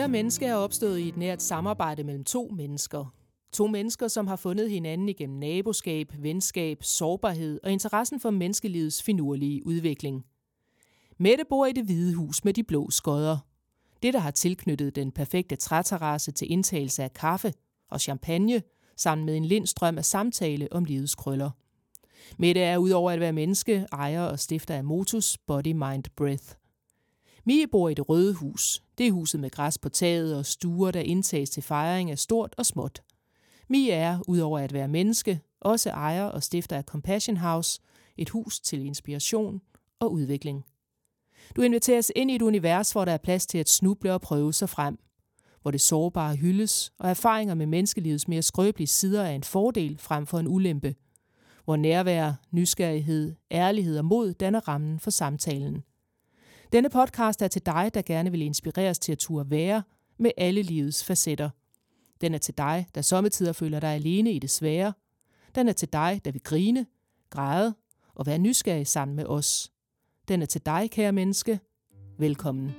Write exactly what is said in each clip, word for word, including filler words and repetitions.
Kære menneske er opstået i et nært samarbejde mellem to mennesker. To mennesker, som har fundet hinanden igennem naboskab, venskab, sårbarhed og interessen for menneskelivets finurlige udvikling. Mette bor i Det Hvide Hus med de blå skodder. Det, der har tilknyttet den perfekte træterrasse til indtagelse af kaffe og champagne, sammen med en lindstrøm af samtale om livets krøller. Mette er udover at være menneske, ejer og stifter af Motus Body Mind Breath. Mie bor i Det Røde Hus. Det er huset med græs på taget og stuer, der indtages til fejring af stort og småt. Mie er, udover at være menneske, også ejer og stifter af Compassion House, et hus til inspiration og udvikling. Du inviteres ind i et univers, hvor der er plads til at snuble og prøve sig frem. Hvor det sårbare hyldes, og erfaringer med menneskelivets mere skrøbelige sider er en fordel frem for en ulempe. Hvor nærvær, nysgerrighed, ærlighed og mod danner rammen for samtalen. Denne podcast er til dig, der gerne vil inspireres til at turde være med alle livets facetter. Den er til dig, der sommetider føler dig alene i det svære. Den er til dig, der vil grine, græde og være nysgerrig sammen med os. Den er til dig, kære menneske. Velkommen.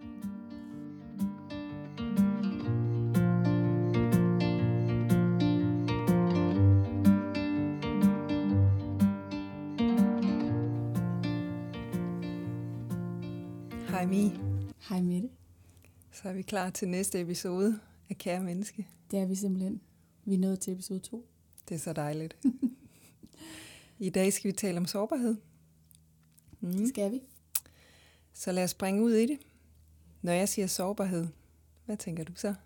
Hej Mie. Hej Mette. Så er vi klar til næste episode af Kære Menneske. Det er vi simpelthen. Vi er nået til episode to. Det er så dejligt. I dag skal vi tale om sårbarhed. Mm. Skal vi? Så lad os springe ud i det. Når jeg siger sårbarhed, hvad tænker du så?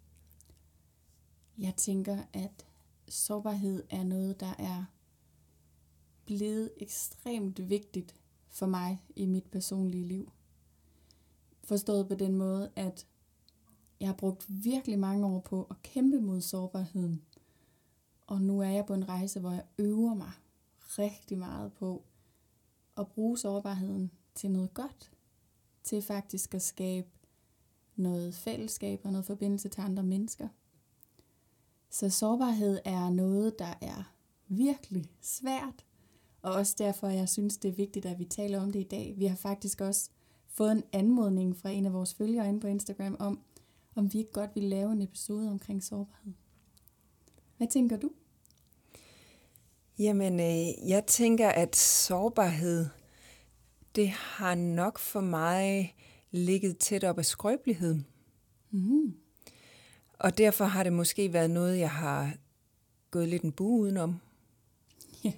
Jeg tænker, at sårbarhed er noget, der er blevet ekstremt vigtigt for mig i mit personlige liv. Forstået på den måde, at jeg har brugt virkelig mange år på at kæmpe mod sårbarheden. Og nu er jeg på en rejse, hvor jeg øver mig rigtig meget på at bruge sårbarheden til noget godt. Til faktisk at skabe noget fællesskab og noget forbindelse til andre mennesker. Så sårbarhed er noget, der er virkelig svært. Og også derfor, jeg synes, det er vigtigt, at vi taler om det i dag. Vi har faktisk også fået en anmodning fra en af vores følgere inde på Instagram om, om vi ikke godt vil lave en episode omkring sårbarhed. Hvad tænker du? Jamen, øh, jeg tænker, at sårbarhed, det har nok for mig ligget tæt op af skrøbelighed. Mm. Og derfor har det måske været noget, jeg har gået lidt en bue udenom. Ja.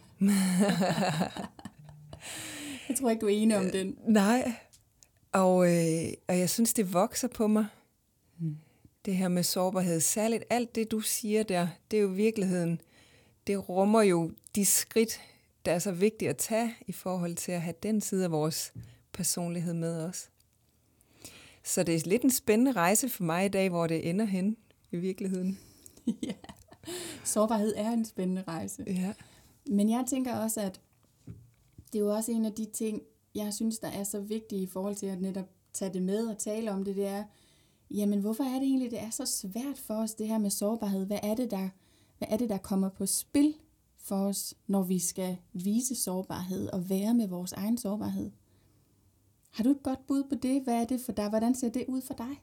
Jeg tror ikke, du er enig om den. Nej, og, øh, og jeg synes, det vokser på mig. Mm. Det her med sårbarhed. Særligt alt det, du siger der, det er jo virkeligheden. Det rummer jo de skridt, der er så vigtige at tage i forhold til at have den side af vores personlighed med os. Så det er lidt en spændende rejse for mig i dag, hvor det ender hen i virkeligheden. Ja, sårbarhed er en spændende rejse. Ja. Men jeg tænker også, at det er jo også en af de ting, jeg synes, der er så vigtige i forhold til at netop tage det med og tale om det, det er, jamen hvorfor er det egentlig, det er så svært for os, det her med sårbarhed? Hvad er det, der, hvad er det, der kommer på spil for os, når vi skal vise sårbarhed og være med vores egen sårbarhed? Har du et godt bud på det? Hvad er det for dig? Hvordan ser det ud for dig?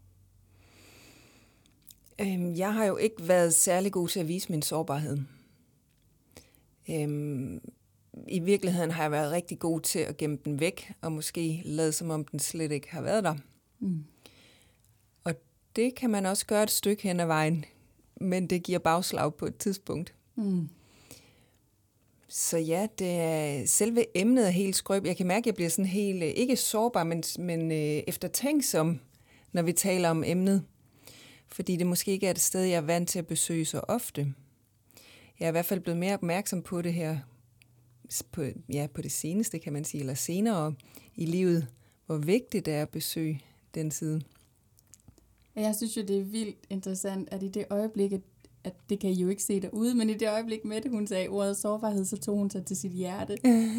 Øhm, jeg har jo ikke været særlig god til at vise min sårbarhed. Øhm, I virkeligheden har jeg været rigtig god til at gemme den væk, og måske lade som om den slet ikke har været der. Mm. Og det kan man også gøre et stykke hen ad vejen, men det giver bagslag på et tidspunkt. Mm. Så ja, det er selve emnet er helt skrøb. Jeg kan mærke, at jeg bliver sådan helt, ikke sårbar, men, men øh, eftertænksom, når vi taler om emnet. Fordi det måske ikke er et sted, jeg er vant til at besøge så ofte. Jeg er i hvert fald blevet mere opmærksom på det her, på, ja, på det seneste, kan man sige, eller senere i livet, hvor vigtigt det er at besøge den side. Jeg synes jo, det er vildt interessant, at i det øjeblik, at det kan I jo ikke se derude, men i det øjeblik, Mette, hun sagde ordet sårbarhed, så tog hun sig til sit hjerte.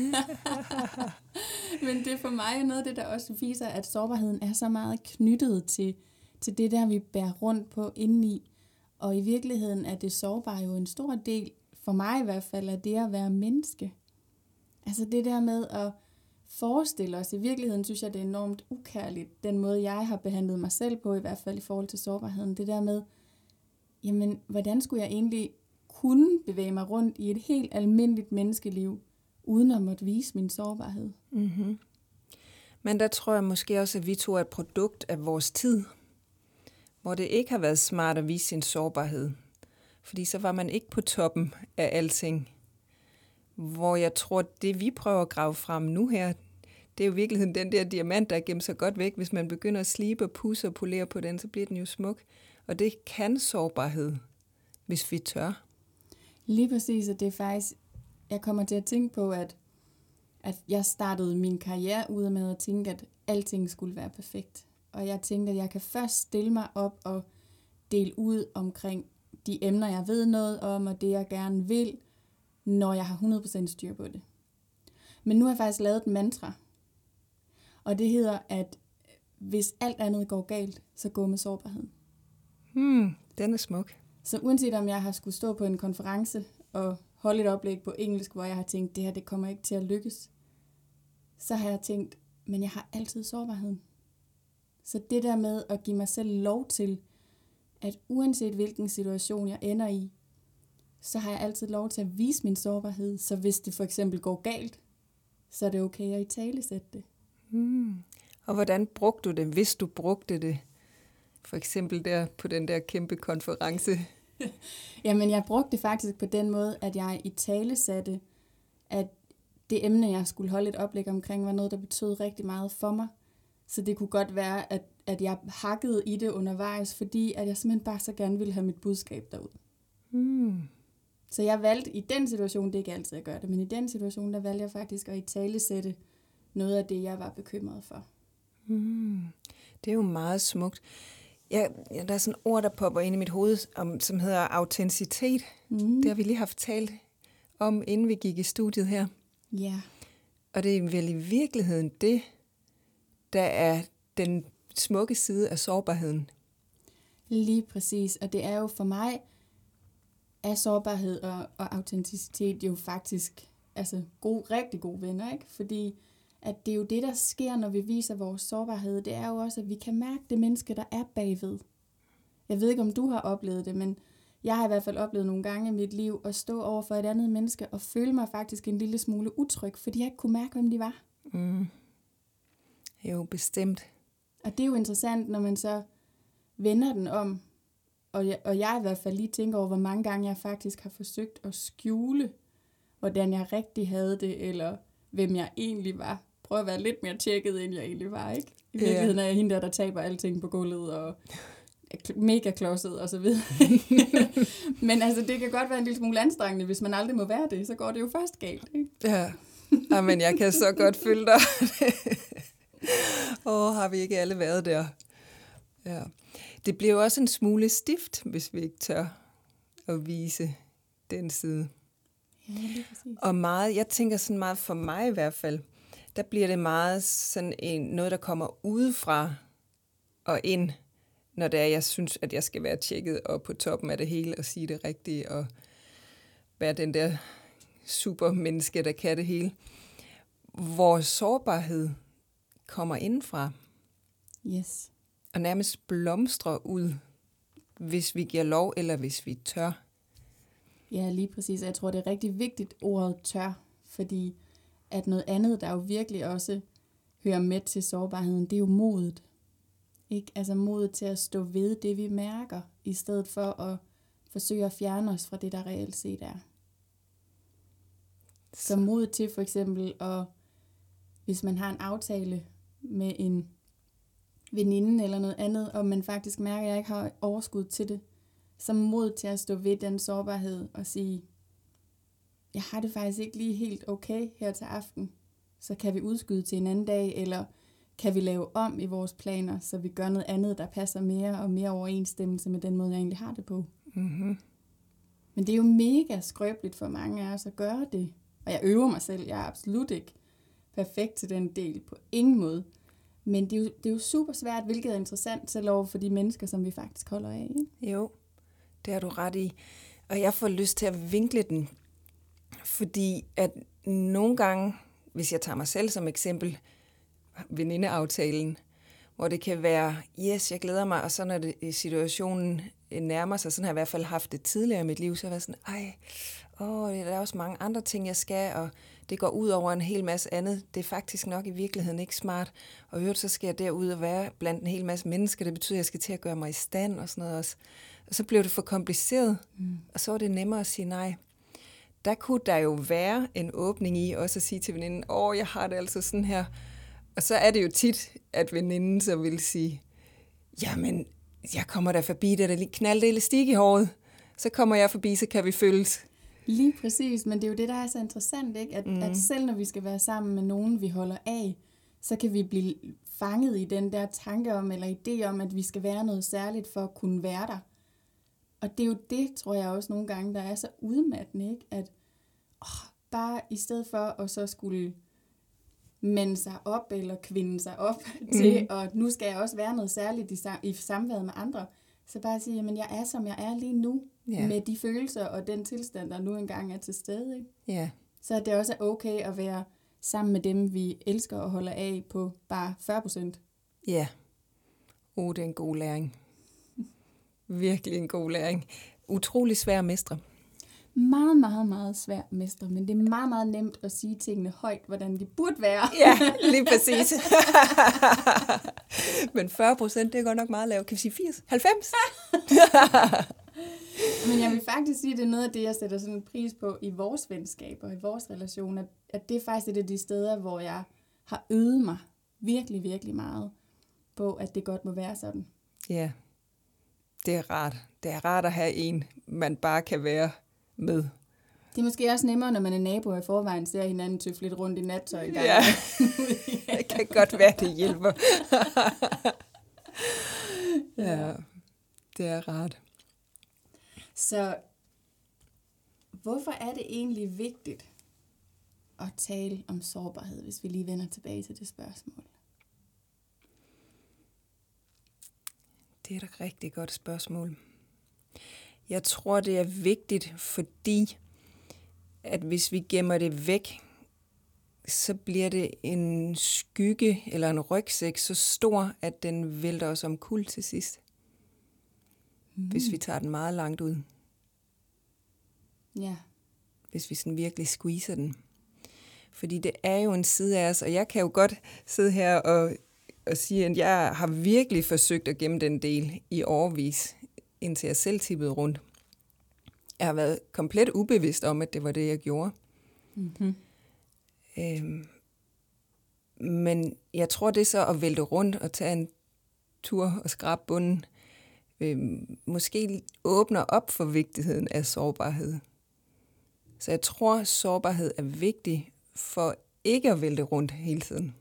Men det for mig er noget af det, der også viser, at sårbarheden er så meget knyttet til, til det der, vi bærer rundt på indeni. Og i virkeligheden er det sårbare jo en stor del, for mig i hvert fald, af det at være menneske. Altså det der med at forestille os. I virkeligheden synes jeg, det er enormt ukærligt, den måde, jeg har behandlet mig selv på, i hvert fald i forhold til sårbarheden. Det der med, jamen, hvordan skulle jeg egentlig kunne bevæge mig rundt i et helt almindeligt menneskeliv, uden at måtte vise min sårbarhed? Mm-hmm. Men der tror jeg måske også, at vi to er et produkt af vores tid, hvor det ikke har været smart at vise sin sårbarhed. Fordi så var man ikke på toppen af alting. Hvor jeg tror, det vi prøver at grave frem nu her, det er jo i virkeligheden den der diamant, der er gemt så godt væk. Hvis man begynder at slibe og pusse og polere på den, så bliver den jo smuk. Og det kan sårbarhed, hvis vi tør. Lige præcis, og det er faktisk, jeg kommer til at tænke på, at, at jeg startede min karriere ud med at tænke, at alting skulle være perfekt. Og jeg tænkte, at jeg kan først stille mig op og dele ud omkring de emner, jeg ved noget om, og det, jeg gerne vil, når jeg har hundrede procent styr på det. Men nu har jeg faktisk lavet et mantra, og det hedder, at hvis alt andet går galt, så gå med sårbarheden. Hmm, den er smuk. Så uanset om jeg har skulle stå på en konference og holde et oplæg på engelsk, hvor jeg har tænkt, det her det kommer ikke til at lykkes, så har jeg tænkt, men jeg har altid sårbarheden. Så det der med at give mig selv lov til, at uanset hvilken situation jeg ender i, så har jeg altid lov til at vise min sårbarhed. Så hvis det for eksempel går galt, så er det okay at italesætte det. Hmm. Og hvordan brugte du det, hvis du brugte det? For eksempel der på den der kæmpe konference. Jamen, jeg brugte det faktisk på den måde, at jeg italesatte, at det emne, jeg skulle holde et oplæg omkring, var noget, der betød rigtig meget for mig. Så det kunne godt være, at, at jeg hakkede i det undervejs, fordi at jeg simpelthen bare så gerne ville have mit budskab derud. Hmm. Så jeg valgte i den situation, det er ikke altid at gøre det, men i den situation, der valgte jeg faktisk at italesætte noget af det, jeg var bekymret for. Hmm. Det er jo meget smukt. Ja, der er sådan et ord, der popper ind i mit hoved, om, som hedder autenticitet. Mm. Det har vi lige haft talt om, inden vi gik i studiet her. Ja. Yeah. Og det er vel i virkeligheden det, der er den smukke side af sårbarheden. Lige præcis. Og det er jo for mig, er sårbarhed og, og autenticitet jo faktisk altså gode, rigtig gode venner, ikke? Fordi at det er jo det, der sker, når vi viser vores sårbarhed. Det er jo også, at vi kan mærke det menneske, der er bagved. Jeg ved ikke, om du har oplevet det, men jeg har i hvert fald oplevet nogle gange i mit liv at stå over for et andet menneske og føle mig faktisk en lille smule utryg, fordi jeg ikke kunne mærke, hvem de var. Mm. Jo, bestemt. Og det er jo interessant, når man så vender den om, og jeg, og jeg i hvert fald lige tænker over, hvor mange gange jeg faktisk har forsøgt at skjule, hvordan jeg rigtig havde det, eller hvem jeg egentlig var. Prøv at være lidt mere tjekket, end jeg egentlig var, ikke? I virkeligheden er jeg hende der, der taber alting på gulvet, og er mega klodset, og så videre. Men altså, det kan godt være en lille smule anstrengende, hvis man aldrig må være det, så går det jo først galt, ikke? Ja, men jeg kan så godt følge dig. Åh, oh, har vi ikke alle været der? Ja. Det bliver jo også en smule stift, hvis vi ikke tør at vise den side. Ja, det er præcis. Og meget, jeg tænker sådan meget for mig i hvert fald, der bliver det meget sådan en, noget, der kommer udefra og ind, når det er, jeg synes, at jeg skal være tjekket og på toppen af det hele og sige det rigtige og være den der supermenneske, der kan det hele. Vores sårbarhed kommer indenfra. Yes. Og nærmest blomstrer ud, hvis vi giver lov, eller hvis vi tør. Ja, lige præcis. Jeg tror, det er rigtig vigtigt, ordet tør, fordi at noget andet, der jo virkelig også hører med til sårbarheden, det er jo modet. Ikke? Altså modet til at stå ved det, vi mærker, i stedet for at forsøge at fjerne os fra det, der reelt set er. Så modet til for eksempel, at, hvis man har en aftale med en veninde eller noget andet, og man faktisk mærker, at jeg ikke har overskud til det, så mod til at stå ved den sårbarhed og sige, jeg har det faktisk ikke lige helt okay her til aften, så kan vi udskyde til en anden dag, eller kan vi lave om i vores planer, så vi gør noget andet, der passer mere og mere overensstemmelse med den måde, jeg egentlig har det på. Mm-hmm. Men det er jo mega skrøbeligt for mange af os at gøre det. Og jeg øver mig selv, jeg er absolut ikke perfekt til den del på ingen måde. Men det er, jo, det er jo super svært, hvilket er interessant selv over for de mennesker, som vi faktisk holder af. Ikke? Jo, det har du ret i. Og jeg får lyst til at vinkle den, fordi at nogle gange, hvis jeg tager mig selv som eksempel, venindeaftalen, hvor det kan være, yes, jeg glæder mig, og så når det, situationen nærmer sig, sådan har jeg i hvert fald haft det tidligere i mit liv, så har jeg været sådan, ej, åh, der er også mange andre ting, jeg skal, og det går ud over en hel masse andet. Det er faktisk nok i virkeligheden ikke smart. Og i øvrigt, så skal jeg derud og være blandt en hel masse mennesker. Det betyder, at jeg skal til at gøre mig i stand og sådan noget også. Og så blev det for kompliceret, mm. og så var det nemmere at sige nej. Der kunne der jo være en åbning i også at sige til veninden, åh, jeg har det altså sådan her. Og så er det jo tit, at veninden så vil sige, jamen, jeg kommer der forbi, det der lige knaldt elastik i håret. Så kommer jeg forbi, så kan vi følges. Lige præcis, men det er jo det, der er så interessant, ikke? At, mm. at selv når vi skal være sammen med nogen, vi holder af, så kan vi blive fanget i den der tanke om, eller idé om, at vi skal være noget særligt for at kunne være der. Og det er jo det, tror jeg også nogle gange, der er så udmattende, ikke? At åh, bare i stedet for at så skulle mænde sig op, eller kvinde sig op mm. til, og nu skal jeg også være noget særligt i, sam- i samværet med andre, så bare sige, jamen jeg er, som jeg er lige nu, yeah. med de følelser og den tilstand, der nu engang er til stede. Ikke? Yeah. Så det også er okay at være sammen med dem, vi elsker og holder af på bare fyrre procent. Ja. Yeah. Oh, det er en god læring. Virkelig en god læring. Utrolig svær at mestre. Meget, meget, meget svær at mestre, men det er meget, meget nemt at sige tingene højt, hvordan de burde være. Ja, lige præcis. Men fyrre procent, det er godt nok meget lavt. Kan vi sige firs? halvfems? Men jeg vil faktisk sige, at det er noget af det, jeg sætter sådan en pris på i vores venskab og i vores relation, at, at det er faktisk et af de steder, hvor jeg har øvet mig virkelig, virkelig meget på, at det godt må være sådan. Ja, det er rart. Det er rart at have en, man bare kan være med. Det er måske også nemmere, når man er naboer i forvejen, ser hinanden tøffe lidt rundt i nattøj. Ja, det kan godt være, det hjælper. Ja, det er rart. Så hvorfor er det egentlig vigtigt at tale om sårbarhed, hvis vi lige vender tilbage til det spørgsmål? Det er et rigtig godt spørgsmål. Jeg tror, det er vigtigt, fordi at hvis vi gemmer det væk, så bliver det en skygge eller en rygsæk så stor, at den vælter os omkuld til sidst. Mm. Hvis vi tager den meget langt ud. Ja. Hvis vi sådan virkelig squeezer den. Fordi det er jo en side af os, og jeg kan jo godt sidde her og, og sige, at jeg har virkelig forsøgt at gemme den del i årevis, indtil jeg selv tippede rundt. Jeg har været komplet ubevidst om, at det var det, jeg gjorde. Mm-hmm. Øhm, men jeg tror, det er så at vælte rundt og tage en tur og skrabe bunden, øhm, måske åbner op for vigtigheden af sårbarhed. Så jeg tror, at sårbarhed er vigtig for ikke at vælte rundt hele tiden.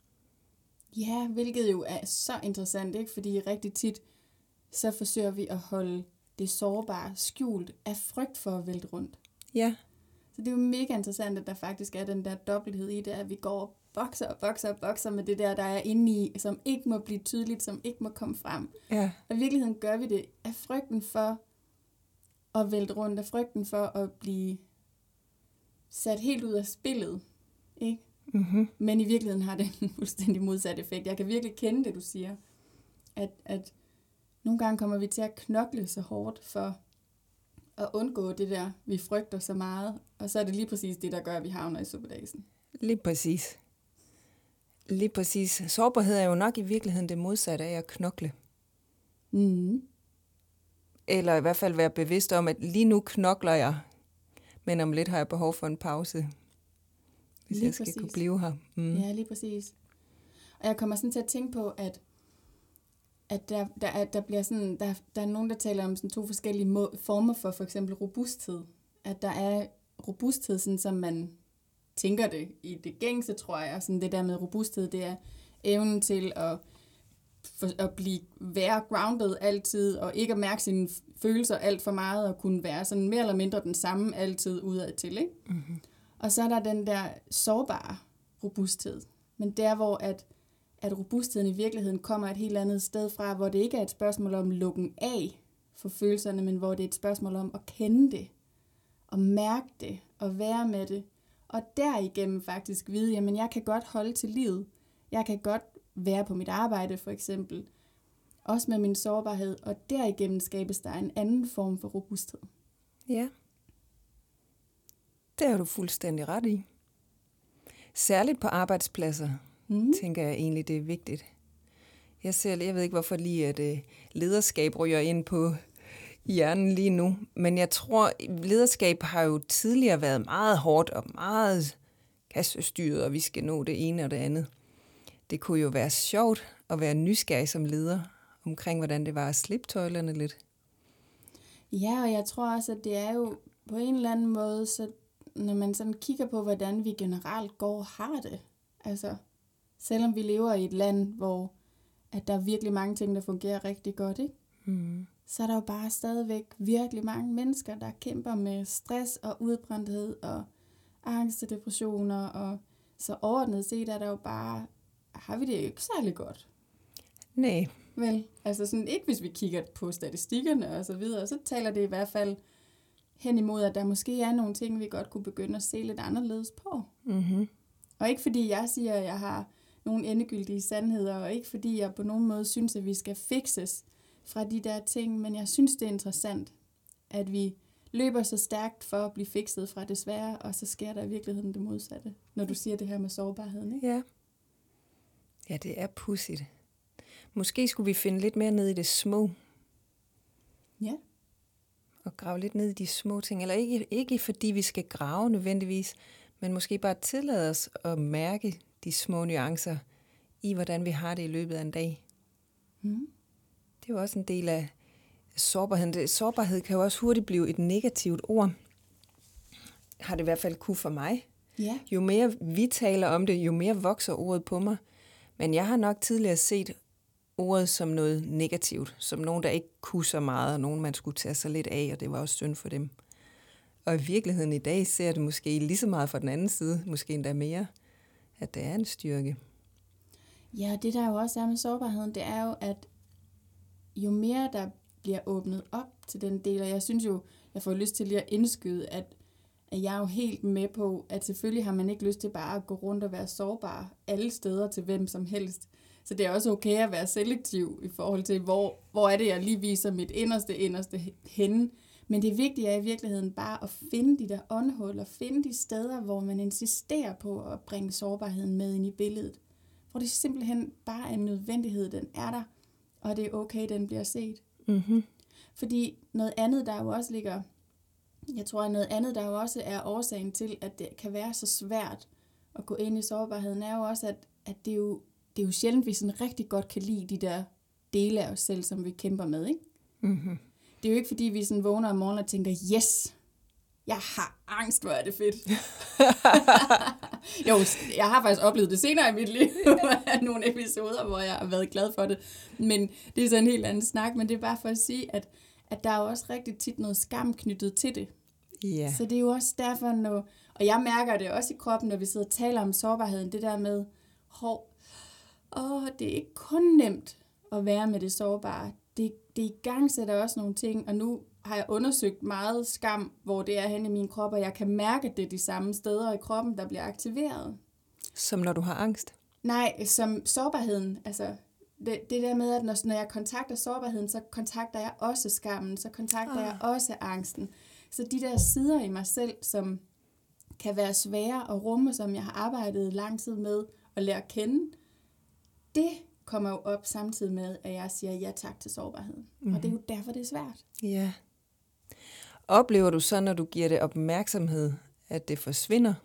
Ja, hvilket jo er så interessant, ikke? Fordi rigtig tit, så forsøger vi at holde det sårbare skjult af frygt for at vælte rundt. Ja. Så det er jo mega interessant, at der faktisk er den der dobbelthed i det, at vi går og bokser og bokser og bokser med det der, der er inde i, som ikke må blive tydeligt, som ikke må komme frem. Ja. Og i virkeligheden gør vi det af frygten for at vælte rundt, af frygten for at blive sat helt ud af spillet. Ikke? Mm-hmm. Men i virkeligheden har det en fuldstændig modsat effekt. Jeg kan virkelig kende det, du siger. At, at nogle gange kommer vi til at knokle så hårdt for at undgå det der, vi frygter så meget. Og så er det lige præcis det, der gør, at vi havner i suppedasen. Lige præcis. Lige præcis. Sårbarhed er jo nok i virkeligheden det modsatte af at knokle. Mm. Eller i hvert fald være bevidst om, at lige nu knokler jeg, men om lidt har jeg behov for en pause, hvis lige jeg skal præcis. Kunne blive her. Mm. Ja, lige præcis. Og jeg kommer sådan til at tænke på, at at der, der, er, der bliver sådan, der, der er nogen, der taler om sådan to forskellige må, former for for eksempel robusthed. At der er robusthed, sådan som man tænker det i det gængse, tror jeg. Sådan det der med robusthed, det er evnen til at, for, at blive, være grounded altid, og ikke at mærke sine følelser alt for meget, og kunne være sådan mere eller mindre den samme altid udad til. Ikke? Mm-hmm. Og så er der den der sårbare robusthed. Men der, hvor at at robustheden i virkeligheden kommer et helt andet sted fra, hvor det ikke er et spørgsmål om lukken af for følelserne, men hvor det er et spørgsmål om at kende det, og mærke det, og være med det, Og derigennem faktisk vide, jamen jeg kan godt holde til livet. Jeg kan godt være på mit arbejde for eksempel. Også med min sårbarhed. Og derigennem skabes der en anden form for robusthed. Ja. Det har du fuldstændig ret i. Særligt på arbejdspladser, mm. tænker jeg egentlig, det er vigtigt. Jeg ser, jeg ved ikke, hvorfor lige at uh, lederskab ryger ind på hjernen lige nu, men jeg tror, lederskab har jo tidligere været meget hårdt og meget kassestyret, og vi skal nå det ene og det andet. Det kunne jo være sjovt at være nysgerrig som leder omkring, hvordan det var at slippe tøjlerne lidt. Ja, og jeg tror også, at det er jo på en eller anden måde, så når man sådan kigger på, hvordan vi generelt går og har det, altså selvom vi lever i et land, hvor at der er virkelig mange ting, der fungerer rigtig godt, ikke? Mm. Så er der jo bare stadigvæk virkelig mange mennesker, der kæmper med stress og udbrændthed og angst og depressioner, og så overordnet set er der jo bare, har vi det jo ikke særlig godt. Nej. Vel, altså sådan ikke hvis vi kigger på statistikkerne og så videre, så taler det i hvert fald hen imod, at der måske er nogle ting, vi godt kunne begynde at se lidt anderledes på. Mm-hmm. Og ikke fordi jeg siger, at jeg har nogle endegyldige sandheder, og ikke fordi jeg på nogen måde synes, at vi skal fikses fra de der ting, men jeg synes, det er interessant, at vi løber så stærkt for at blive fikset fra det svære, og så sker der i virkeligheden det modsatte, når du siger det her med sårbarheden, ikke? Ja. Ja, det er pudsigt. Måske skulle vi finde lidt mere ned i det små. Ja. Og grave lidt ned i de små ting. Eller ikke, ikke fordi vi skal grave nødvendigvis, men måske bare tillade os at mærke de små nuancer i, hvordan vi har det i løbet af en dag. Mm. Det er jo også en del af sårbarheden. Sårbarhed kan jo også hurtigt blive et negativt ord. Har det i hvert fald kunne for mig. Ja. Jo mere vi taler om det, jo mere vokser ordet på mig. Men jeg har nok tidligere set ordet som noget negativt, som nogen, der ikke kunne så meget, og nogen, man skulle tage sig lidt af, og det var også synd for dem. Og i virkeligheden i dag ser det måske lige så meget fra den anden side, måske endda mere, at det er en styrke. Ja, det der jo også er med sårbarheden, det er jo, at jo mere der bliver åbnet op til den del, og jeg synes jo, jeg får lyst til lige at indskyde, at, at jeg er jo helt med på, at selvfølgelig har man ikke lyst til bare at gå rundt og være sårbar alle steder til hvem som helst. Så det er også okay at være selektiv i forhold til, hvor, hvor er det, jeg lige viser mit inderste, inderste henne. Men det vigtige er i virkeligheden bare at finde de der åndhuller, finde de steder, hvor man insisterer på at bringe sårbarheden med ind i billedet. Hvor det simpelthen bare er en nødvendighed, den er der, og det er okay, den bliver set. Mm-hmm. Fordi noget andet, der jo også ligger, jeg tror, at noget andet, der jo også er årsagen til, at det kan være så svært at gå ind i sårbarheden, er jo også, at, at det, er jo, det er jo sjældent, vi sådan rigtig godt kan lide de der dele af os selv, som vi kæmper med, ikke? Mm-hmm. Det er jo ikke, fordi vi sådan vågner om morgenen og tænker, yes, jeg har angst, hvor er det fedt. Jo, jeg har faktisk oplevet det senere i mit liv, nogle episoder, hvor jeg har været glad for det. Men det er så en helt anden snak, men det er bare for at sige, at, at der er jo også rigtig tit noget skam knyttet til det. Yeah. Så det er jo også derfor, når, og jeg mærker det også i kroppen, når vi sidder og taler om sårbarheden, det der med, hov, åh, det er ikke kun nemt at være med det sårbare. Det, det i gang sætter også nogle ting, og nu har jeg undersøgt meget skam, hvor det er hen i min krop, og jeg kan mærke, at det er de samme steder i kroppen, der bliver aktiveret. Som når du har angst? Nej, som sårbarheden. Altså, det, det der med, at når, når jeg kontakter sårbarheden, så kontakter jeg også skammen, så kontakter ah. jeg også angsten. Så de der sider i mig selv, som kan være svære at rumme, som jeg har arbejdet lang tid med at lære at kende, det kommer jo op samtidig med, at jeg siger ja tak til sårbarheden. Mm-hmm. Og det er jo derfor, det er svært. Ja. Oplever du så, når du giver det opmærksomhed, at det forsvinder?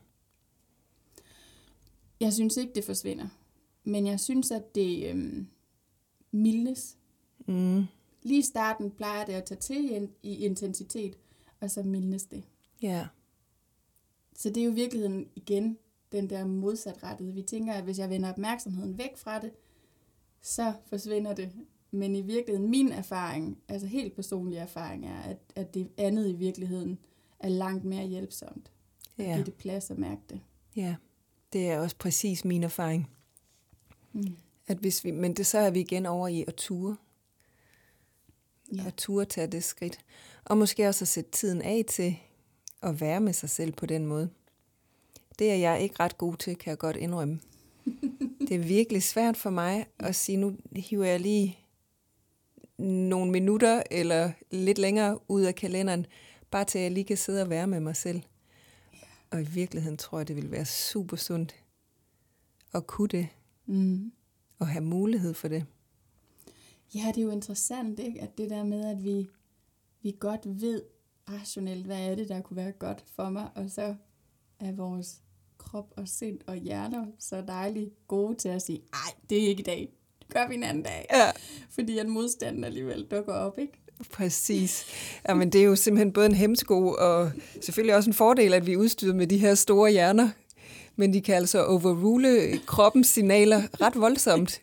Jeg synes ikke, det forsvinder. Men jeg synes, at det øhm, mildnes. Mm. Lige i starten plejer det at tage til i, i intensitet, og så mildnes det. Ja. Så det er jo i virkeligheden igen den der modsatrettede. Vi tænker, at hvis jeg vender opmærksomheden væk fra det, så forsvinder det. Men i virkeligheden, min erfaring, altså helt personlig erfaring, er, at, at det andet i virkeligheden er langt mere hjælpsomt. Ja. At give det plads at mærke det. Ja, det er også præcis min erfaring. Mm. At hvis vi, men det så er vi igen over i at ture. Ja. At ture tage det skridt. Og måske også at sætte tiden af til at være med sig selv på den måde. Det er jeg ikke ret god til, kan jeg godt indrømme. Det er virkelig svært for mig at sige, nu hiver jeg lige nogle minutter eller lidt længere ud af kalenderen, bare til at jeg lige kan sidde og være med mig selv. Og i virkeligheden tror jeg, det vil være super sundt at kunne det. Mm. Og have mulighed for det. Ja, det er jo interessant, ikke? At det der med, at vi, vi godt ved rationelt, hvad er det, der kunne være godt for mig, og så er vores krop og sind og hjerner så dejligt gode til at sige, ej, det er ikke i dag, det gør vi en anden dag. Ja. Fordi at modstanden alligevel dukker op, ikke? Præcis. Jamen, det er jo simpelthen både en hemsko og selvfølgelig også en fordel, at vi er udstyret med de her store hjerner. Men de kan altså overrule kroppens signaler ret voldsomt.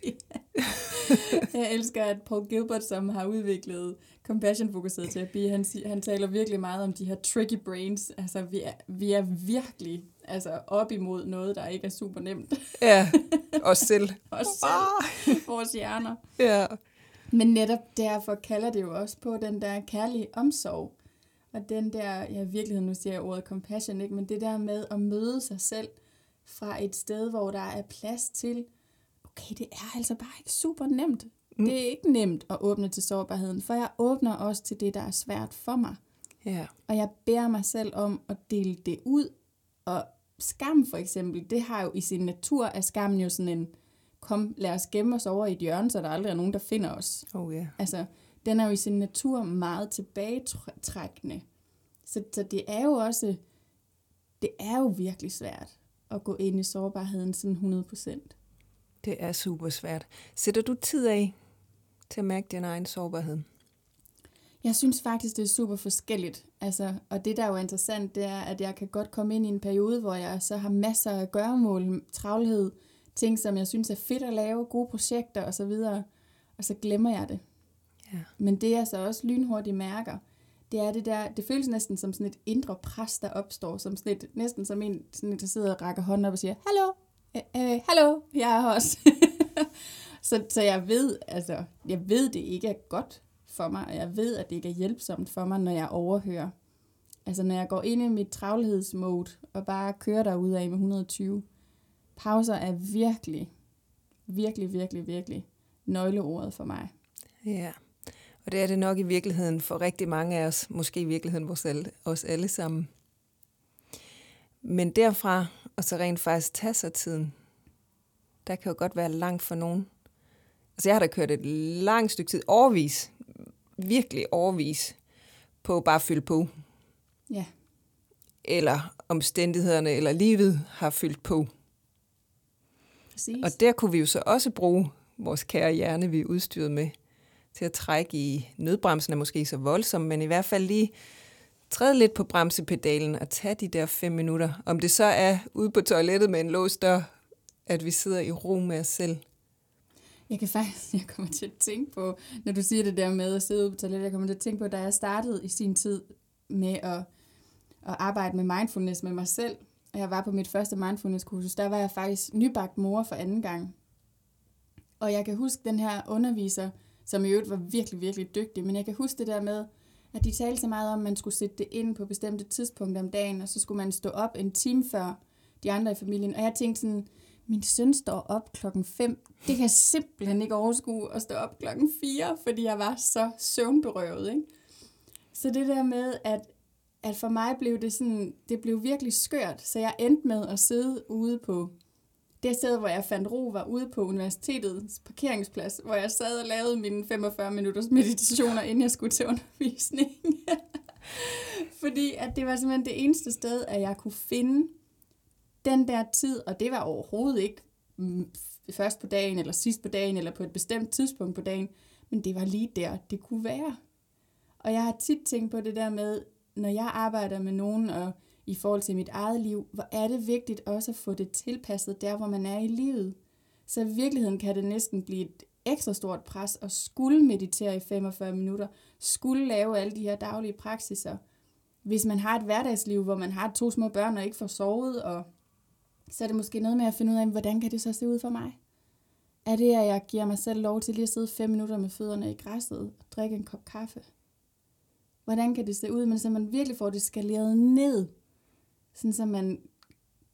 Jeg elsker, at Paul Gilbert, som har udviklet compassion-fokuseret terapi, han, han taler virkelig meget om de her tricky brains. Altså, vi er, vi er virkelig altså, op imod noget, der ikke er super nemt. Ja, os selv. os selv. Vores hjerner. Ja. Men netop derfor kalder det jo også på den der kærlige omsorg. Og den der, ja, i virkeligheden, nu siger jeg ordet compassion, ikke? Men det der med at møde sig selv fra et sted, hvor der er plads til, okay, det er altså bare ikke super nemt. Mm. Det er ikke nemt at åbne til sårbarheden, for jeg åbner også til det, der er svært for mig. Yeah. Og jeg beder mig selv om at dele det ud. Og skam for eksempel, det har jo i sin natur, er skammen jo sådan en, kom, lad os gemme os over i et hjørne, så der aldrig er nogen, der finder os. Oh, yeah. Altså, den er jo i sin natur meget tilbagetrækkende. Så, så det er jo også, det er jo virkelig svært at gå ind i sårbarheden sådan hundrede procent. Det er super svært. Sætter du tid af til at mærke din egen sårbarhed? Jeg synes faktisk, det er super forskelligt. Altså, og det, der jo er interessant, det er, at jeg kan godt komme ind i en periode, hvor jeg så har masser af gøremål, travlhed, ting, som jeg synes er fedt at lave, gode projekter osv., og så glemmer jeg det. Ja. Men det jeg så også lynhurtigt mærker, det er det der, det føles næsten som sådan et indre pres, der opstår, som sådan et, næsten som en, sådan et, der sidder og rækker hånden op og siger, hallo, øh, øh, hallo, jeg er her også. så, så jeg ved, altså, jeg ved, det ikke er godt for mig, og jeg ved, at det ikke er hjælpsomt for mig, når jeg overhører. Altså, når jeg går ind i mit travlhedsmode, og bare kører derudad med et hundrede og tyve, pauser er virkelig, virkelig, virkelig, virkelig nøgleordet for mig. Ja, og det er det nok i virkeligheden for rigtig mange af os, måske i virkeligheden vores alle, os alle sammen. Men derfra, og så rent faktisk tage sig tiden, der kan jo godt være langt for nogen. Altså jeg har da kørt et langt stykke tid, årevis, virkelig årevis, på bare at fylde på. Ja. Eller omstændighederne, eller livet har fyldt på. Præcis. Og der kunne vi jo så også bruge vores kære hjerne, vi er udstyret med, til at trække i nødbremsen, er måske så voldsom, men i hvert fald lige træde lidt på bremsepedalen og tage de der fem minutter. Om det så er ude på toilettet med en låst dør, at vi sidder i ro med os selv. Jeg kan faktisk, jeg kommer til at tænke på, når du siger det der med at sidde ude på toilettet, jeg kommer til at tænke på, da jeg startede i sin tid med at, at arbejde med mindfulness med mig selv, og jeg var på mit første mindfulness-kursus, der var jeg faktisk nybagt mor for anden gang. Og jeg kan huske den her underviser, som i øvrigt var virkelig, virkelig dygtig, men jeg kan huske det der med, at de talte så meget om, at man skulle sætte det ind på bestemte tidspunkter om dagen, og så skulle man stå op en time før de andre i familien. Og jeg tænkte sådan, min søn står op klokken fem. Det kan jeg simpelthen ikke overskue at stå op klokken fire, fordi jeg var så søvnberøvet, ikke? Så det der med, at, at for mig blev det sådan, det blev virkelig skørt, så jeg endte med at sidde ude på det sted, hvor jeg fandt ro, var ude på universitetets parkeringsplads, hvor jeg sad og lavede mine femogfyrre minutters meditationer, inden jeg skulle til undervisning. Fordi at det var simpelthen det eneste sted, at jeg kunne finde den der tid, og det var overhovedet ikke først på dagen, eller sidst på dagen, eller på et bestemt tidspunkt på dagen, men det var lige der, det kunne være. Og jeg har tit tænkt på det der med, når jeg arbejder med nogen, og i forhold til mit eget liv, hvor er det vigtigt også at få det tilpasset der, hvor man er i livet. Så i virkeligheden kan det næsten blive et ekstra stort pres at skulle meditere i femogfyrre minutter, skulle lave alle de her daglige praksiser. Hvis man har et hverdagsliv, hvor man har to små børn og ikke får sovet, og så er det måske noget med at finde ud af, hvordan kan det så se ud for mig? Er det, at jeg giver mig selv lov til lige at sidde fem minutter med fødderne i græsset og drikke en kop kaffe? Hvordan kan det se ud, men så man virkelig får det skaleret ned, sådan så man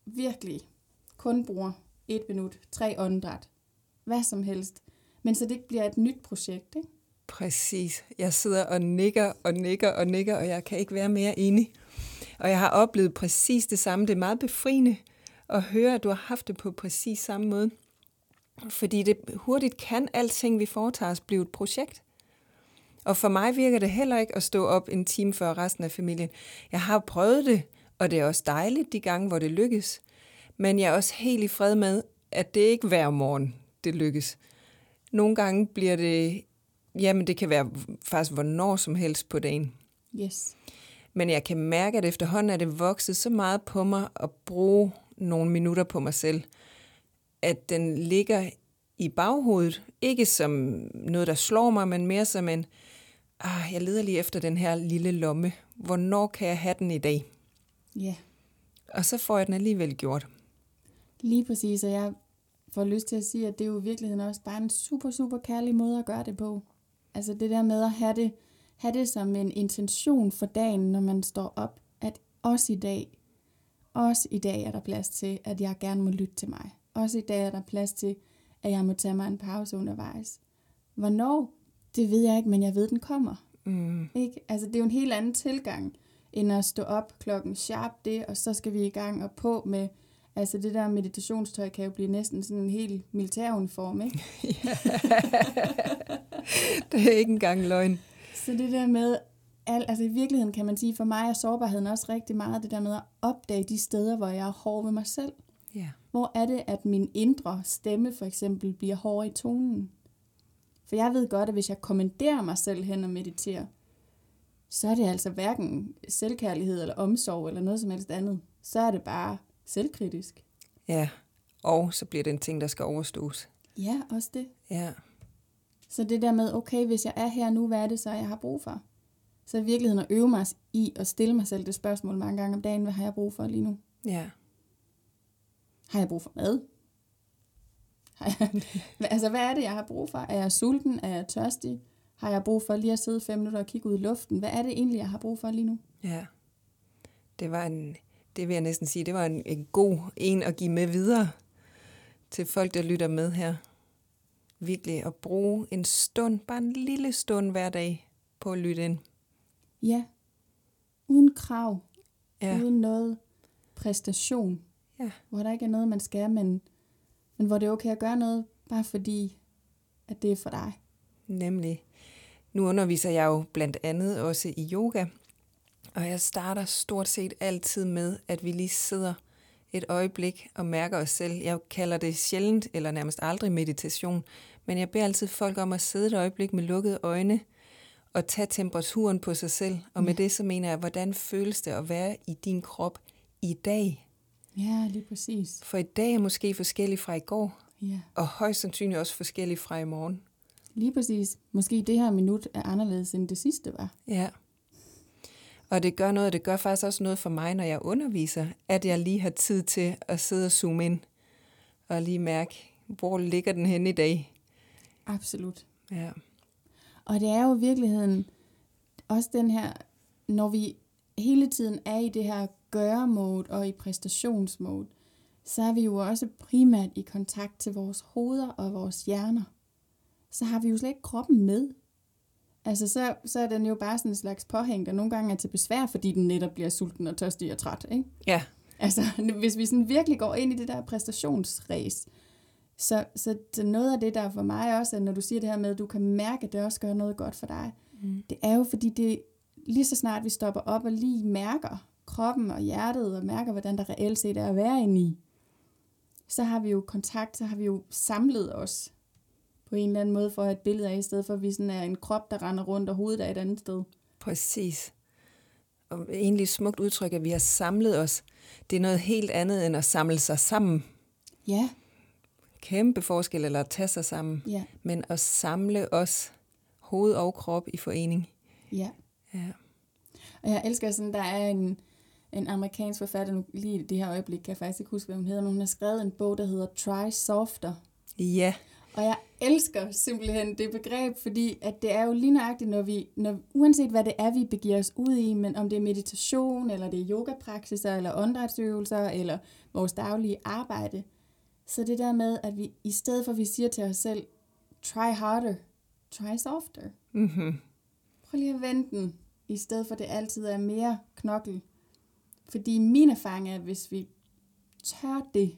virkelig kun bruger et minut, tre åndedræt, hvad som helst, men så det ikke bliver et nyt projekt, ikke? Præcis. Jeg sidder og nikker og nikker og nikker, og jeg kan ikke være mere enig. Og jeg har oplevet præcis det samme. Det er meget befriende at høre, at du har haft det på præcis samme måde. Fordi det hurtigt kan alting, vi foretager os, blive et projekt. Og for mig virker det heller ikke at stå op en time før resten af familien. Jeg har prøvet det, og det er også dejligt de gange, hvor det lykkes. Men jeg er også helt i fred med, at det ikke hver morgen, det lykkes. Nogle gange bliver det, jamen det kan være faktisk hvornår som helst på dagen. Yes. Men jeg kan mærke, at efterhånden er det vokset så meget på mig at bruge nogle minutter på mig selv, at den ligger i baghovedet. Ikke som noget, der slår mig, men mere som en, ah, jeg leder lige efter den her lille lomme. Hvornår kan jeg have den i dag? Ja. Yeah. Og så får jeg den alligevel gjort. Lige præcis, og jeg får lyst til at sige, at det er jo i virkeligheden også bare en super, super kærlig måde at gøre det på. Altså det der med at have det, have det som en intention for dagen, når man står op, at også i dag, også i dag er der plads til, at jeg gerne må lytte til mig. Også i dag er der plads til, at jeg må tage mig en pause undervejs. Hvornår? Det ved jeg ikke, men jeg ved, den kommer. Mm. Ikke? Altså det er jo en helt anden tilgang, end at stå op klokken sharp det, og så skal vi i gang og på med. Altså det der meditationstøj kan jo blive næsten sådan en helt militæruniform, ikke? Det er ikke engang løgn. Så det der med, al, altså i virkeligheden kan man sige, for mig er sårbarheden også rigtig meget det der med at opdage de steder, hvor jeg er hård ved mig selv. Yeah. Hvor er det, at min indre stemme for eksempel bliver hård i tonen? For jeg ved godt, at hvis jeg kommanderer mig selv hen og mediterer, så er det altså hverken selvkærlighed eller omsorg eller noget som helst andet. Så er det bare selvkritisk. Ja, og så bliver det en ting, der skal overstås. Ja, også det. Ja. Så det der med, okay, hvis jeg er her nu, hvad er det så, jeg har brug for? Så i virkeligheden at øve mig i at stille mig selv det spørgsmål mange gange om dagen, hvad har jeg brug for lige nu? Ja. Har jeg brug for mad? Har jeg, altså, hvad er det, jeg har brug for? Er jeg sulten? Er jeg tørstig? Har jeg brug for lige at sidde fem minutter og kigge ud i luften? Hvad er det egentlig, jeg har brug for lige nu? Ja. Det var en, det vil jeg næsten sige, det var en, en god en at give med videre til folk, der lytter med her. Virkelig at bruge en stund, bare en lille stund hver dag på at lytte ind. Ja. Uden krav. Ja. Uden noget præstation. Ja. Hvor der ikke er noget, man skal, men, men hvor det er okay at gøre noget, bare fordi, at det er for dig. Nemlig. Nu underviser jeg jo blandt andet også i yoga, og jeg starter stort set altid med, at vi lige sidder et øjeblik og mærker os selv. Jeg kalder det sjældent, eller nærmest aldrig meditation, men jeg beder altid folk om at sidde et øjeblik med lukkede øjne og tage temperaturen på sig selv. Og med ja. det så mener jeg, hvordan føles det at være i din krop i dag? Ja, lige præcis. For i dag er måske forskellig fra i går, ja. og højst sandsynligt også forskellig fra i morgen. Lige præcis. Måske det her minut er anderledes end det sidste var. Ja. Og det gør noget, det gør faktisk også noget for mig, når jeg underviser, at jeg lige har tid til at sidde og zoome ind, og lige mærke, hvor ligger den henne i dag. Absolut. Ja. Og det er jo i virkeligheden også den her, når vi hele tiden er i det her gøre-mode og i præstationsmode, så er vi jo også primært i kontakt til vores hoveder og vores hjerner. Så har vi jo slet ikke kroppen med. Altså, så, så er den jo bare sådan en slags påhæng, der nogle gange er til besvær, fordi den netop bliver sulten og tørstig og træt, ikke? Ja. Altså, hvis vi sådan virkelig går ind i det der præstationsræs, så, så, så noget af det, der for mig også, at når du siger det her med, at du kan mærke, at det også gør noget godt for dig, mm. det er jo fordi, det lige så snart vi stopper op og lige mærker kroppen og hjertet, og mærker, hvordan der reelt set er at være inde i, så har vi jo kontakt, så har vi jo samlet os på en eller anden måde for at have et billede af, i stedet for at vi sådan er en krop, der render rundt, og hovedet er et andet sted. Præcis. Og egentlig et smukt udtryk, at vi har samlet os. Det er noget helt andet, end at samle sig sammen. Ja. Kæmpe forskel, eller at tage sig sammen. Ja. Men at samle os, hoved og krop, i forening. Ja. Ja. Og jeg elsker sådan, der er en, en amerikansk forfatter, nu lige i det her øjeblik, kan jeg faktisk ikke huske, hvad hun hedder, men hun har skrevet en bog, der hedder Try Softer. Ja. Og jeg elsker simpelthen det begreb, fordi at det er jo lige nøjagtigt, når vi, når, uanset hvad det er, vi begiver os ud i, men om det er meditation, eller det er yogapraksiser, eller åndedrætsøvelser, eller vores daglige arbejde, så det der med, at vi i stedet for, at vi siger til os selv, try harder, try softer. Mm-hmm. Prøv lige at vente den, i stedet for, at det altid er mere knokkel. Fordi min erfaring er, at hvis vi tør det,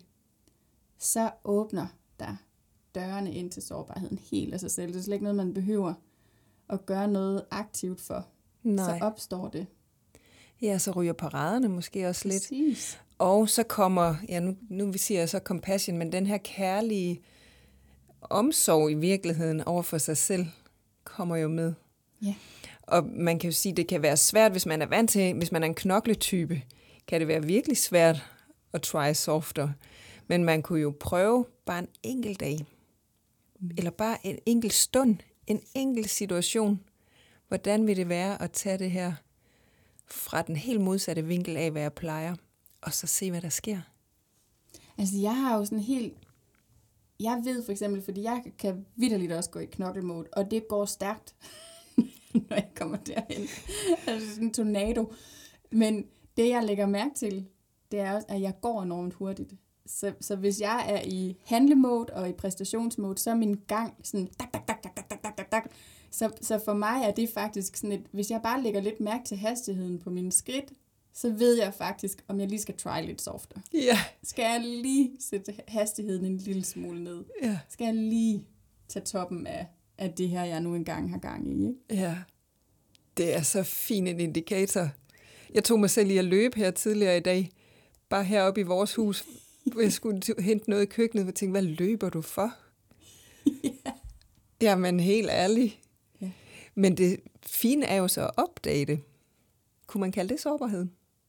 så åbner der dørene ind til sårbarheden helt af sig selv. Det er slet ikke noget, man behøver at gøre noget aktivt for. Nej. Så opstår det. Ja, så ryger paraderne måske også lidt. Præcis. Og så kommer, ja nu, nu siger jeg så compassion, men den her kærlige omsorg i virkeligheden over for sig selv, kommer jo med. Ja. Og man kan jo sige, at det kan være svært, hvis man er vant til, hvis man er en knokletype, kan det være virkelig svært at try softer. Men man kunne jo prøve bare en enkelt dag, mm. eller bare en enkelt stund, en enkelt situation. Hvordan vil det være at tage det her fra den helt modsatte vinkel af, hvad jeg plejer, og så se, hvad der sker? Altså, jeg har jo sådan helt... Jeg ved for eksempel, fordi jeg kan vitterligt også gå i knokkelmode, og det går stærkt, når jeg kommer derhen. Altså sådan en tornado. Men det, jeg lægger mærke til, det er også, at jeg går enormt hurtigt. Så, så hvis jeg er i handlemode og i præstationsmode, så er min gang sådan... Dak, dak, dak, dak, dak, dak, dak, dak. Så, så for mig er det faktisk sådan et... Hvis jeg bare lægger lidt mærke til hastigheden på mine skridt, så ved jeg faktisk, om jeg lige skal try lidt softer. Ja. Skal jeg lige sætte hastigheden en lille smule ned? Ja. Skal jeg lige tage toppen af, af det her, jeg nu engang har gang i? Ikke? Ja. Det er så fin en indikator. Jeg tog mig selv lige at løbe her tidligere i dag. Bare heroppe i vores hus, hvor jeg skulle hente noget i køkkenet, og tænkte, hvad løber du for? Ja. Jamen, helt ærlig. Ja. Men det fine er jo så at opdage det. Kunne man kalde det sårbarhed?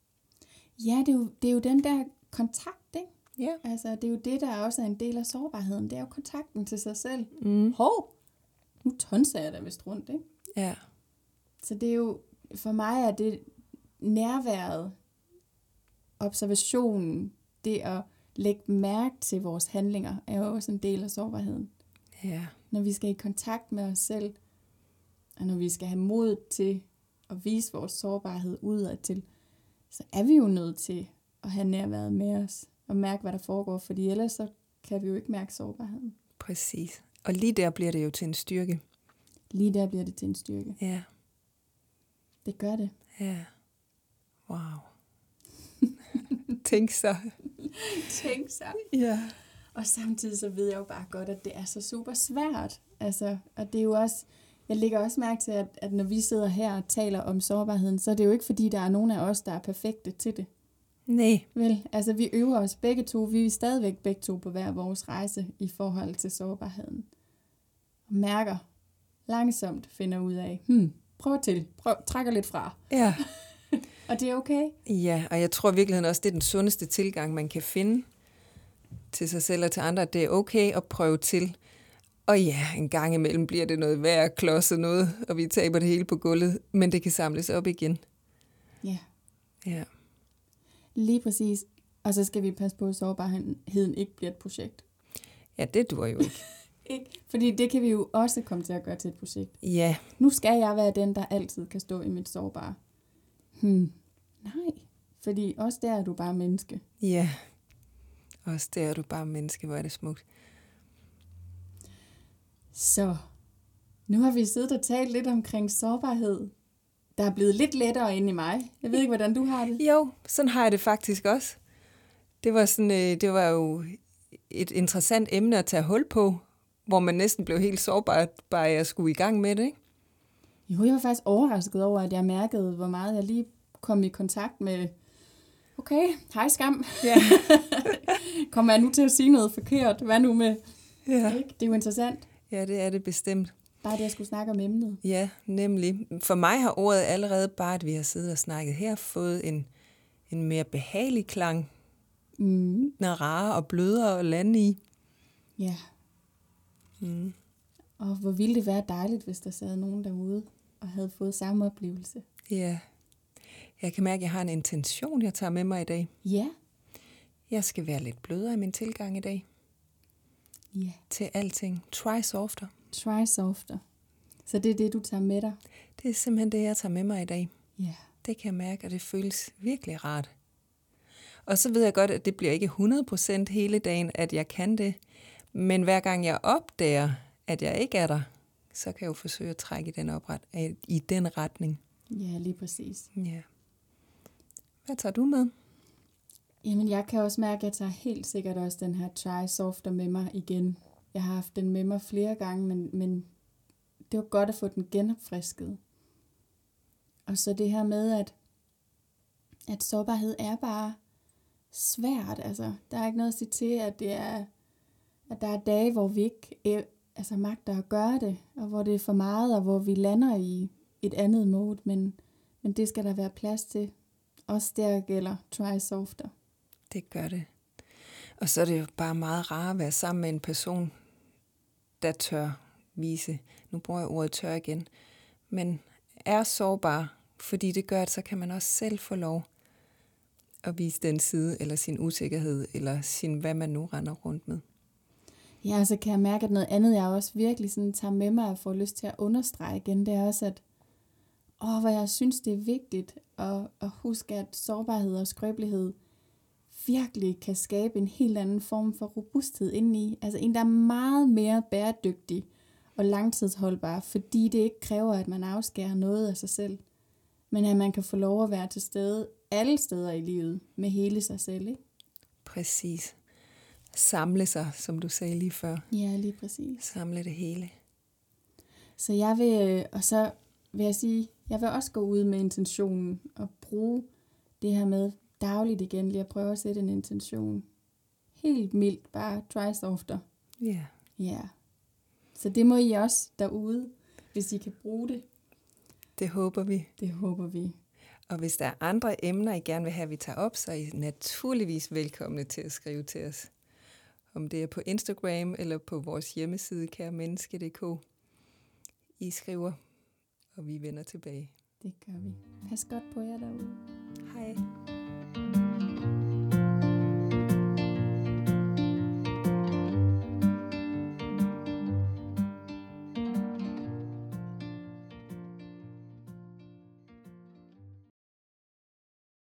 Ja, det er, jo, det er jo den der kontakt, ikke? Ja. Altså, det er jo det, der også er en del af sårbarheden. Det er jo kontakten til sig selv. Mm. Hov, nu tonser jeg da vist rundt, ikke? Ja. Så det er jo, for mig er det nærværet, observationen, det at lægge mærke til vores handlinger, er jo også en del af sårbarheden. Ja. Når vi skal i kontakt med os selv, og når vi skal have mod til at vise vores sårbarhed udad til, så er vi jo nødt til at have nærværet med os, og mærke, hvad der foregår, fordi ellers så kan vi jo ikke mærke sårbarheden. Præcis. Og lige der bliver det jo til en styrke. Lige der bliver det til en styrke. Ja. Det gør det. Ja. Wow. Tænk så. Tænk så. Ja. Og samtidig så ved jeg jo bare godt, at det er så super svært. Altså, og det er jo også, jeg lægger også mærke til, at, at når vi sidder her og taler om sårbarheden, så er det jo ikke fordi, der er nogen af os, der er perfekte til det. Nej. Vel, altså vi øver os begge to, vi er stadigvæk begge to på hver vores rejse i forhold til sårbarheden. Og mærker, langsomt finder ud af, hmm, prøv til, prøv, trækker lidt fra. Ja. Og det er okay. Ja, og jeg tror i virkeligheden også, det er den sundeste tilgang, man kan finde til sig selv og til andre, at det er okay at prøve til. Og ja, en gang imellem bliver det noget værd, klodset noget, og vi taber det hele på gulvet, men det kan samles op igen. Ja. Ja. Lige præcis. Og så skal vi passe på, at sårbarheden ikke bliver et projekt. Ja, det dur jo ikke. Ikke? Fordi det kan vi jo også komme til at gøre til et projekt. Ja. Nu skal jeg være den, der altid kan stå i mit sårbare. Hmm. Nej. Fordi også der er du bare menneske. Ja. Også der er du bare menneske, hvor er det smukt. Så, nu har vi siddet og talt lidt omkring sårbarhed. Der er blevet lidt lettere inde i mig. Jeg ved ikke, hvordan du har det. Jo, sådan har jeg det faktisk også. Det var, sådan, det var jo et interessant emne at tage hul på, hvor man næsten blev helt sårbar, bare jeg skulle i gang med det, ikke? Jo, jeg var faktisk overrasket over, at jeg mærkede, hvor meget jeg lige kom i kontakt med, okay, hej skam. Ja. Kommer jeg nu til at sige noget forkert? Hvad nu med? Ja. Ikke? Det er jo interessant. Ja, det er det bestemt. Bare det, jeg skulle snakke om emnet. Ja, nemlig. For mig har ordet allerede bare, at vi har siddet og snakket her, fået en, en mere behagelig klang. Mm. Den er rarere og blødere at lande i. Ja. Mm. Og hvor ville det være dejligt, hvis der sad nogen derude og havde fået samme oplevelse. Ja. Jeg kan mærke, at jeg har en intention, jeg tager med mig i dag. Ja. Jeg skal være lidt blødere i min tilgang i dag. Ja. til alting. Try softer. Try softer. Så det er det, du tager med dig? Det er simpelthen det, jeg tager med mig i dag. Ja. Det kan jeg mærke, og det føles virkelig rart. Og så ved jeg godt, at det bliver ikke hundrede procent hele dagen, at jeg kan det. Men hver gang jeg opdager, at jeg ikke er der, så kan jeg jo forsøge at trække i den, opret, i den retning. Ja, lige præcis. Ja. Hvad tager du med? Jamen, jeg kan også mærke, at jeg tager helt sikkert også den her try softer med mig igen. Jeg har haft den med mig flere gange, men, men det var godt at få den genopfrisket. Og så det her med, at, at sårbarhed er bare svært. Altså, der er ikke noget at sige til, at, det er, at der er dage, hvor vi ikke altså, magter at gøre det, og hvor det er for meget, og hvor vi lander i et andet mode, men, men det skal der være plads til. Også der gælder try softer. Det gør det. Og så er det jo bare meget rart at være sammen med en person, der tør vise, nu bruger jeg ordet tør igen, men er sårbar, fordi det gør, at så kan man også selv få lov at vise den side, eller sin usikkerhed, eller sin, hvad man nu render rundt med. Ja, så kan jeg mærke, at noget andet, jeg også virkelig sådan tager med mig og får lyst til at understrege igen, det er også, at åh, hvor jeg synes, det er vigtigt at, at huske, at sårbarhed og skrøbelighed virkelig kan skabe en helt anden form for robusthed indeni. Altså en, der er meget mere bæredygtig og langtidsholdbar, fordi det ikke kræver, at man afskærer noget af sig selv, men at man kan få lov at være til stede alle steder i livet med hele sig selv, ikke? Præcis. Samle sig, som du sagde lige før. Ja, lige præcis. Samle det hele. Så jeg vil, og så vil jeg sige, jeg vil også gå ud med intentionen og bruge det her med dagligt igen, lige at prøve at sætte en intention. Helt mildt, bare try softer. Ja. Yeah. Ja. Så det må I også derude, hvis I kan bruge det. Det håber vi. Det håber vi. Og hvis der er andre emner, I gerne vil have, vi tager op, så er I naturligvis velkomne til at skrive til os. Om det er på Instagram eller på vores hjemmeside, kære menneske punktum d k. I skriver, og vi vender tilbage. Det gør vi. Pas godt på jer derude. Hej.